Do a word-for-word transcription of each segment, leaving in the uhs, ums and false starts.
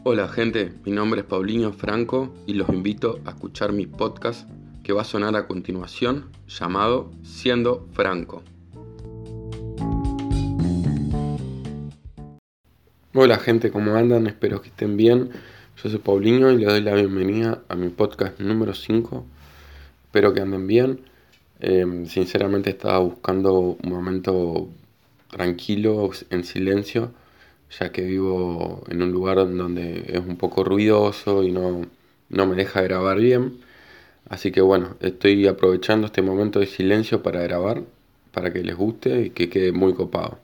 Hola gente, mi nombre es Paulinho Franco y los invito a escuchar mi podcast que va a sonar a continuación, llamado Siendo Franco. Hola gente, ¿cómo andan? Espero que estén bien. Yo soy Paulinho y les doy la bienvenida a mi podcast número cinco. Espero que anden bien. Eh, sinceramente estaba buscando un momento tranquilo, en silencio, ya que vivo en un lugar donde es un poco ruidoso y no, no me deja grabar bien. Así que bueno, estoy aprovechando este momento de silencio para grabar, para que les guste y que quede muy copado.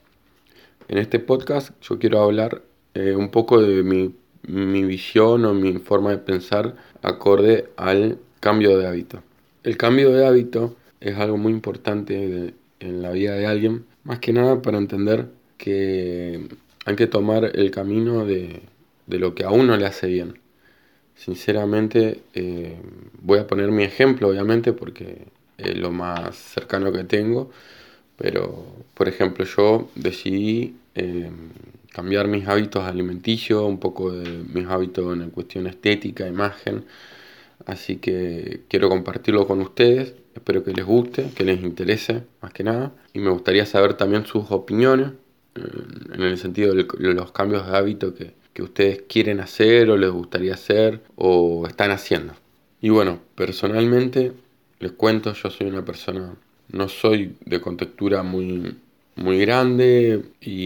En este podcast yo quiero hablar eh, un poco de mi, mi visión o mi forma de pensar acorde al cambio de hábito. El cambio de hábito es algo muy importante de- en la vida de alguien, más que nada para entender que hay que tomar el camino de, de lo que a uno le hace bien. Sinceramente, eh, voy a poner mi ejemplo, obviamente, porque es lo más cercano que tengo, pero, por ejemplo, yo decidí eh, cambiar mis hábitos alimenticios, un poco de mis hábitos en cuestión estética, imagen, así que quiero compartirlo con ustedes, espero que les guste, que les interese, más que nada, y me gustaría saber también sus opiniones, eh, en el sentido de los cambios de hábito que, que ustedes quieren hacer o les gustaría hacer o están haciendo. Y bueno, personalmente les cuento, yo soy una persona, no soy de contextura muy, muy grande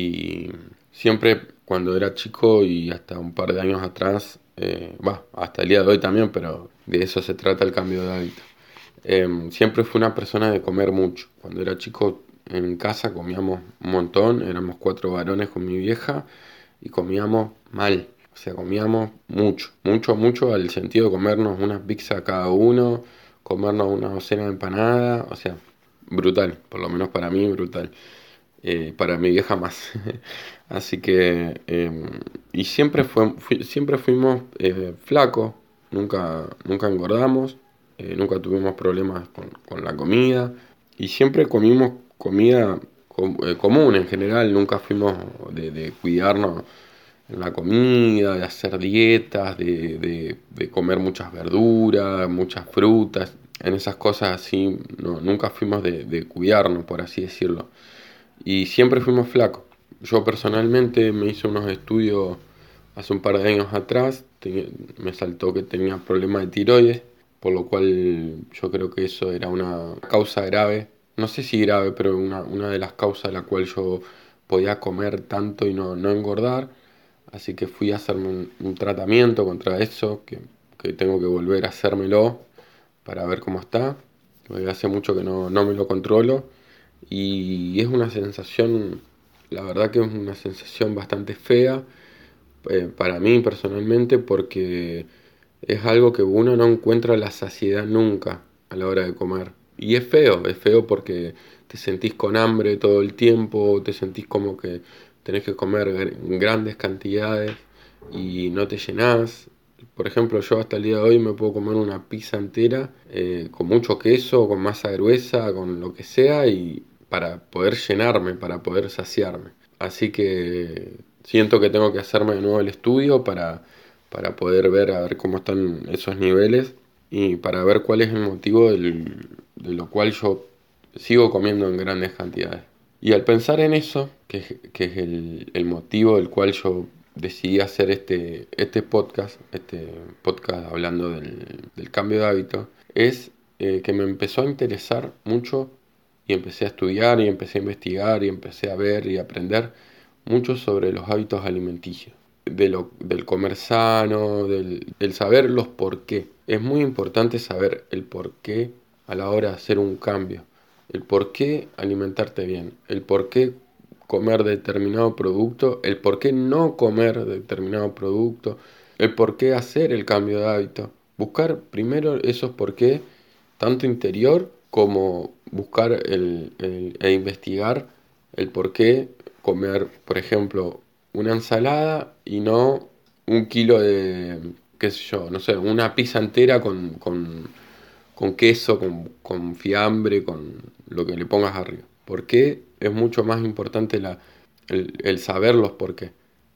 y siempre cuando era chico y hasta un par de años atrás, eh, va, hasta el día de hoy también, pero de eso se trata el cambio de hábito. Eh, siempre fui una persona de comer mucho. Cuando era chico en casa comíamos un montón, éramos cuatro varones con mi vieja y comíamos mal. O sea, comíamos mucho, mucho, mucho al sentido de comernos una pizza cada uno, comernos una docena de empanadas, o sea, brutal, por lo menos para mí brutal. Eh, para mi vieja más. Así que, eh, y siempre, fue, fui- siempre fuimos eh, flacos, nunca, nunca engordamos, eh, nunca tuvimos problemas con, con la comida y siempre comimos comida com- eh, común en general, nunca fuimos de, de cuidarnos en la comida, de hacer dietas, de, de- de comer muchas verduras, muchas frutas, en esas cosas así, no, nunca fuimos de, de cuidarnos, por así decirlo. Y siempre fuimos flacos. Yo personalmente me hice unos estudios hace un par de años atrás, te- me saltó que tenía problemas de tiroides, por lo cual yo creo que eso era una causa grave, no sé si grave, pero una, una de las causas de la cual yo podía comer tanto y no, no engordar. Así que fui a hacerme un, un tratamiento contra eso, que, que tengo que volver a hacérmelo para ver cómo está, porque hace mucho que no, no me lo controlo. Y es una sensación, la verdad que es una sensación bastante fea eh, para mí personalmente, porque es algo que uno no encuentra la saciedad nunca a la hora de comer. Y es feo, es feo porque te sentís con hambre todo el tiempo, te sentís como que tenés que comer gr- grandes cantidades y no te llenás. Por ejemplo, yo hasta el día de hoy me puedo comer una pizza entera eh, con mucho queso, con masa gruesa, con lo que sea, y para poder llenarme, para poder saciarme. Así que siento que tengo que hacerme de nuevo el estudio para, para poder ver a ver cómo están esos niveles y para ver cuál es el motivo del- de lo cual yo sigo comiendo en grandes cantidades. Y al pensar en eso, que, es- que es el, el motivo del cual yo decidí hacer este, este podcast, este podcast hablando del, del cambio de hábito, es eh, que me empezó a interesar mucho y empecé a estudiar y empecé a investigar y empecé a ver y aprender mucho sobre los hábitos alimenticios, de lo, del comer sano, del, del saber los por qué. Es muy importante saber el por qué a la hora de hacer un cambio, el por qué alimentarte bien, el por qué comer determinado producto, el por qué no comer determinado producto, el por qué hacer el cambio de hábito. Buscar primero esos por qué, tanto interior como buscar el, el- e investigar el por qué comer, por ejemplo, una ensalada y no un kilo de, qué sé yo, no sé, una pizza entera con, con, con queso, con, con fiambre, con lo que le pongas arriba. ¿Por qué? Es mucho más importante la, el, el saber los por qué.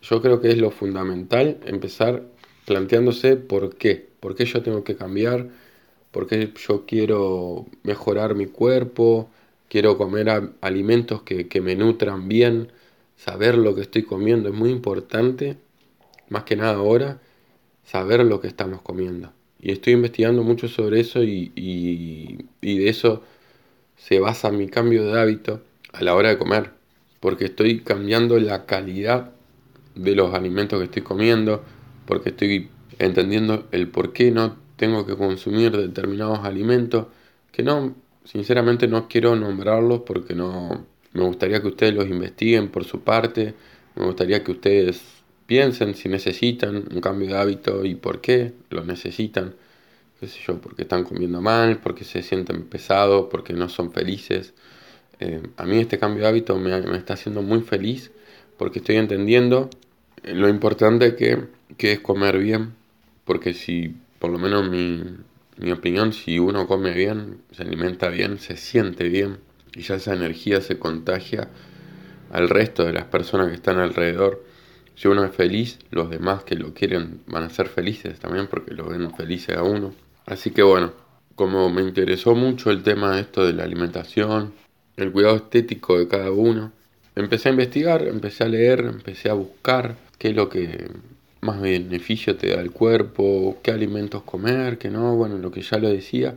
yo creo que es lo fundamental empezar planteándose por qué, por qué yo tengo que cambiar, por qué yo quiero mejorar mi cuerpo, quiero comer a- alimentos que, que me nutran bien, saber lo que estoy comiendo es muy importante, más que nada ahora, saber lo que estamos comiendo. Y estoy investigando mucho sobre eso y, y, y de eso se basa mi cambio de hábito a la hora de comer, porque estoy cambiando la calidad de los alimentos que estoy comiendo, porque estoy entendiendo el por qué no tengo que consumir determinados alimentos, que no, sinceramente no quiero nombrarlos porque no, me gustaría que ustedes los investiguen por su parte, me gustaría que ustedes piensen si necesitan un cambio de hábito y por qué lo necesitan, qué sé yo, porque están comiendo mal, porque se sienten pesados, porque no son felices. Eh, a mí este cambio de hábito me, me está haciendo muy feliz porque estoy entendiendo eh, lo importante que, que es comer bien, porque si, por lo menos mi, mi opinión, si uno come bien, se alimenta bien, se siente bien y ya esa energía se contagia al resto de las personas que están alrededor. Si uno es feliz, los demás que lo quieren van a ser felices también porque lo ven felices a uno. Así que bueno, como me interesó mucho el tema de esto de la alimentación, el cuidado estético de cada uno, empecé a investigar, empecé a leer, empecé a buscar qué es lo que más beneficio te da el cuerpo, qué alimentos comer, qué no, bueno, lo que ya lo decía.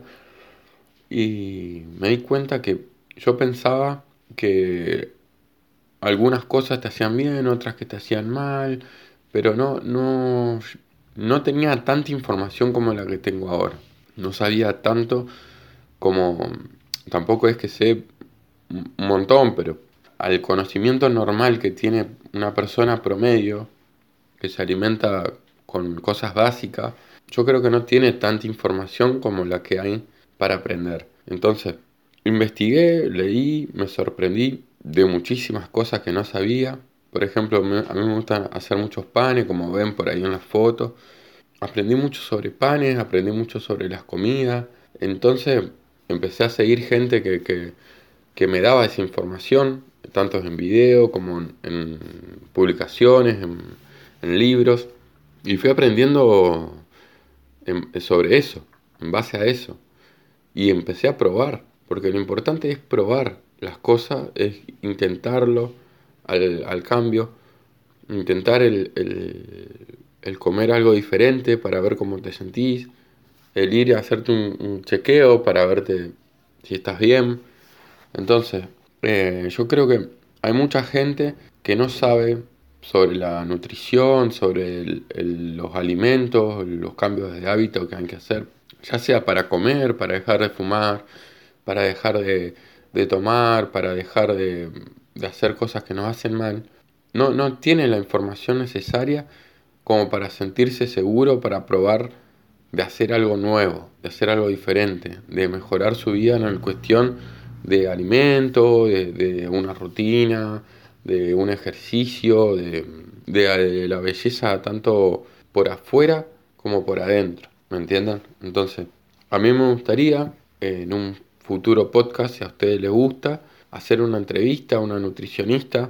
Y me di cuenta que yo pensaba que algunas cosas te hacían bien, otras que te hacían mal, pero no, no, no tenía tanta información como la que tengo ahora. No sabía tanto como, tampoco es que sé un montón, pero al conocimiento normal que tiene una persona promedio que se alimenta con cosas básicas, yo creo que no tiene tanta información como la que hay para aprender. Entonces, investigué, leí, me sorprendí de muchísimas cosas que no sabía. Por ejemplo, me- a mí me gusta hacer muchos panes, como ven por ahí en las fotos. Aprendí mucho sobre panes, aprendí mucho sobre las comidas. Entonces empecé a seguir gente que, que, que me daba esa información, tanto en video como en, en publicaciones, en, en libros. Y fui aprendiendo en- sobre eso, en base a eso. Y empecé a probar, porque lo importante es probar las cosas, es intentarlo al, al cambio, intentar el, el, el comer algo diferente para ver cómo te sentís, el ir a hacerte un, un chequeo para verte si estás bien. Entonces, eh, yo creo que hay mucha gente que no sabe sobre la nutrición, sobre el- el- los alimentos, los cambios de hábito que hay que hacer, ya sea para comer, para dejar de fumar, para dejar de, de tomar, para dejar de, de hacer cosas que nos hacen mal. No, no tiene la información necesaria como para sentirse seguro, para probar de hacer algo nuevo, de hacer algo diferente, de mejorar su vida en la cuestión de alimento, de, de una rutina, de un ejercicio, de, de, de la belleza tanto por afuera como por adentro, ¿me entienden? Entonces, a mí me gustaría eh, en un futuro podcast, si a ustedes les gusta, hacer una entrevista a una nutricionista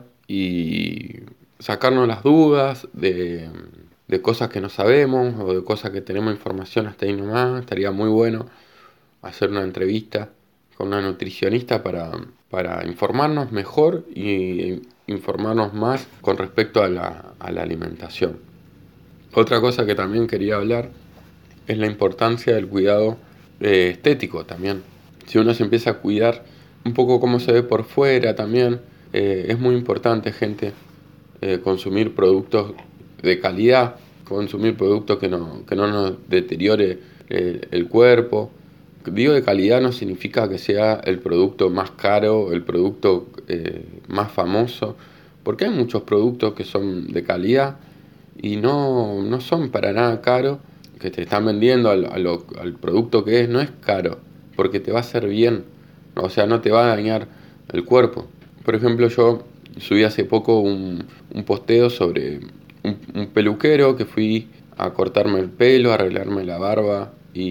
y sacarnos las dudas de, de cosas que no sabemos o de cosas que tenemos información hasta ahí nomás. Estaría muy bueno hacer una entrevista con una nutricionista para, para informarnos mejor y informarnos más con respecto a la, a la alimentación. Otra cosa que también quería hablar es la importancia del cuidado eh, estético también. Si uno se empieza a cuidar un poco cómo se ve por fuera también, eh, es muy importante, gente, eh, consumir productos de calidad, consumir productos que no, que no nos deteriore el, el cuerpo. Digo de calidad no significa que sea el producto más caro, el producto eh, más famoso, porque hay muchos productos que son de calidad y no, no son para nada caros, que te están vendiendo al, a lo- al producto que es, no es caro, porque te va a hacer bien, o sea, no te va a dañar el cuerpo. Por ejemplo, yo subí hace poco un, un posteo sobre un, un peluquero que fui a cortarme el pelo, a arreglarme la barba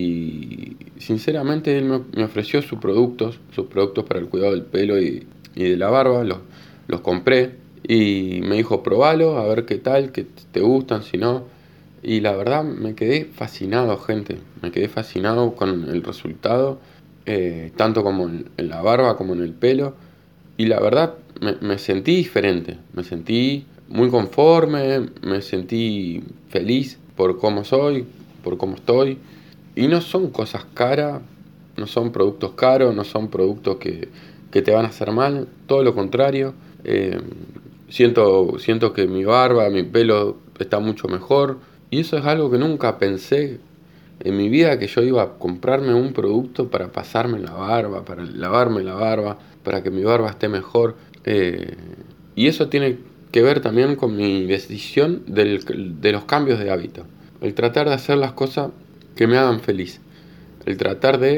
y sinceramente él me, me ofreció sus productos, sus productos para el cuidado del pelo y, y de la barba, los, los compré Y me dijo, probalo, a ver qué tal, que te gustan, si no. Y la verdad me quedé fascinado, gente. Me quedé fascinado con el resultado, eh, tanto como en, en la barba como en el pelo. Y la verdad me, me sentí diferente, me sentí muy conforme, me sentí feliz por cómo soy, por cómo estoy. Y no son cosas caras, no son productos caros, no son productos que, que te van a hacer mal, todo lo contrario. Eh, siento, siento que mi barba, mi pelo está mucho mejor. Y eso es algo que nunca pensé en mi vida, que yo iba a comprarme un producto para pasarme la barba, para lavarme la barba, para que mi barba esté mejor. Eh, y eso tiene que ver también con mi decisión del- de los cambios de hábito. El tratar de hacer las cosas que me hagan feliz. El tratar de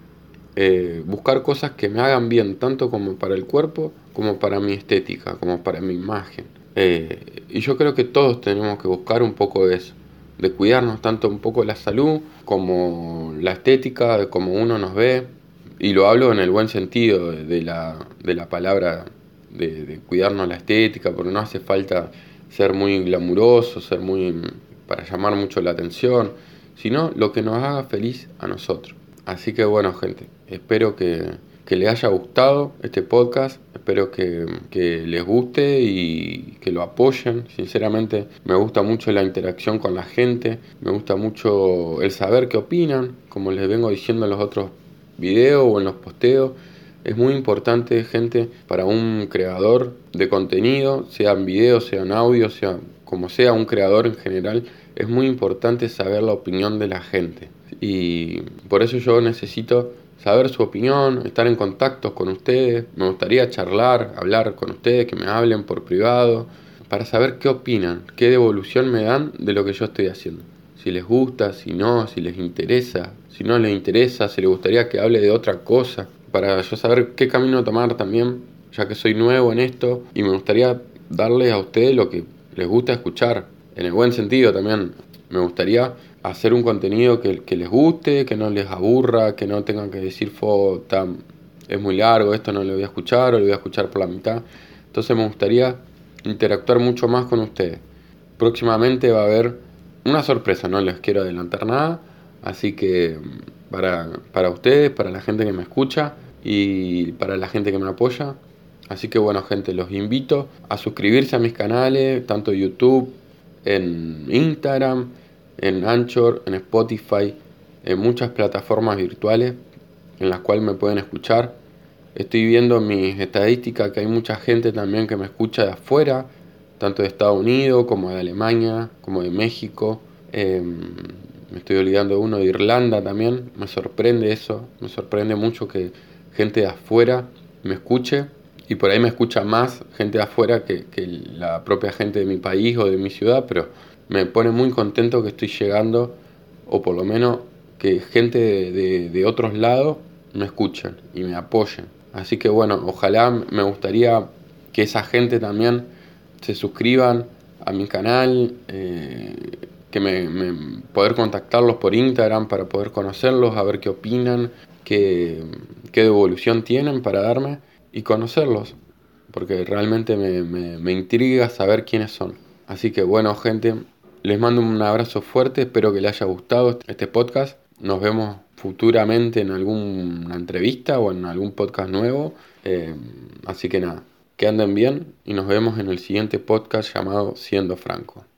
eh, buscar cosas que me hagan bien, tanto como para el cuerpo, como para mi estética, como para mi imagen. Eh, y yo creo que todos tenemos que buscar un poco de eso, de cuidarnos tanto un poco la salud, como la estética, de cómo uno nos ve. Y lo hablo en el buen sentido de, de la, de la palabra, de, de cuidarnos la estética, porque no hace falta ser muy glamuroso, ser muy para llamar mucho la atención, sino lo que nos haga feliz a nosotros. Así que bueno, gente, espero que, que les haya gustado este podcast, espero que, que les guste y que lo apoyen. Sinceramente me gusta mucho la interacción con la gente, me gusta mucho el saber qué opinan, como les vengo diciendo en los otros videos o en los posteos. Es muy importante, gente, para un creador de contenido, sean videos, sean audios, sea como sea un creador en general, es muy importante saber la opinión de la gente. Y por eso yo necesito saber su opinión, estar en contacto con ustedes. Me gustaría charlar, hablar con ustedes, que me hablen por privado, para saber qué opinan, qué devolución me dan de lo que yo estoy haciendo. Si les gusta, si no, si les interesa, si no les interesa, si les gustaría que hable de otra cosa, para yo saber qué camino tomar también, ya que soy nuevo en esto y me gustaría darles a ustedes lo que les gusta escuchar, en el buen sentido también. Me gustaría hacer un contenido que, que les guste, que no les aburra, que no tengan que decir, fo, tan, es muy largo, esto no lo voy a escuchar o lo voy a escuchar por la mitad. Entonces me gustaría interactuar mucho más con ustedes. Próximamente va a haber una sorpresa, no les quiero adelantar nada, así que para, para ustedes, para la gente que me escucha y para la gente que me apoya. Así que bueno, gente, los invito a suscribirse a mis canales, tanto en YouTube, en Instagram, en Anchor, en Spotify, en muchas plataformas virtuales en las cuales me pueden escuchar. Estoy viendo en mis estadísticas que hay mucha gente también que me escucha de afuera, tanto de Estados Unidos como de Alemania, como de México. Eh, me estoy olvidando de uno de Irlanda también. Me sorprende eso, me sorprende mucho que gente de afuera me escuche. Y por ahí me escucha más gente de afuera que, que la propia gente de mi país o de mi ciudad, pero me pone muy contento que estoy llegando, o por lo menos que gente de, de, de otros lados me escuchen y me apoyen. Así que bueno, ojalá, me gustaría que esa gente también se suscriban a mi canal, eh, que me, me- poder contactarlos por Instagram para poder conocerlos, a ver qué opinan, qué, qué devolución tienen para darme y conocerlos, porque realmente me, me, me intriga saber quiénes son. Así que bueno, gente, les mando un abrazo fuerte, espero que les haya gustado este podcast. Nos vemos futuramente en alguna entrevista o en algún podcast nuevo. Eh, así que nada, que anden bien y nos vemos en el siguiente podcast llamado Siendo Franco.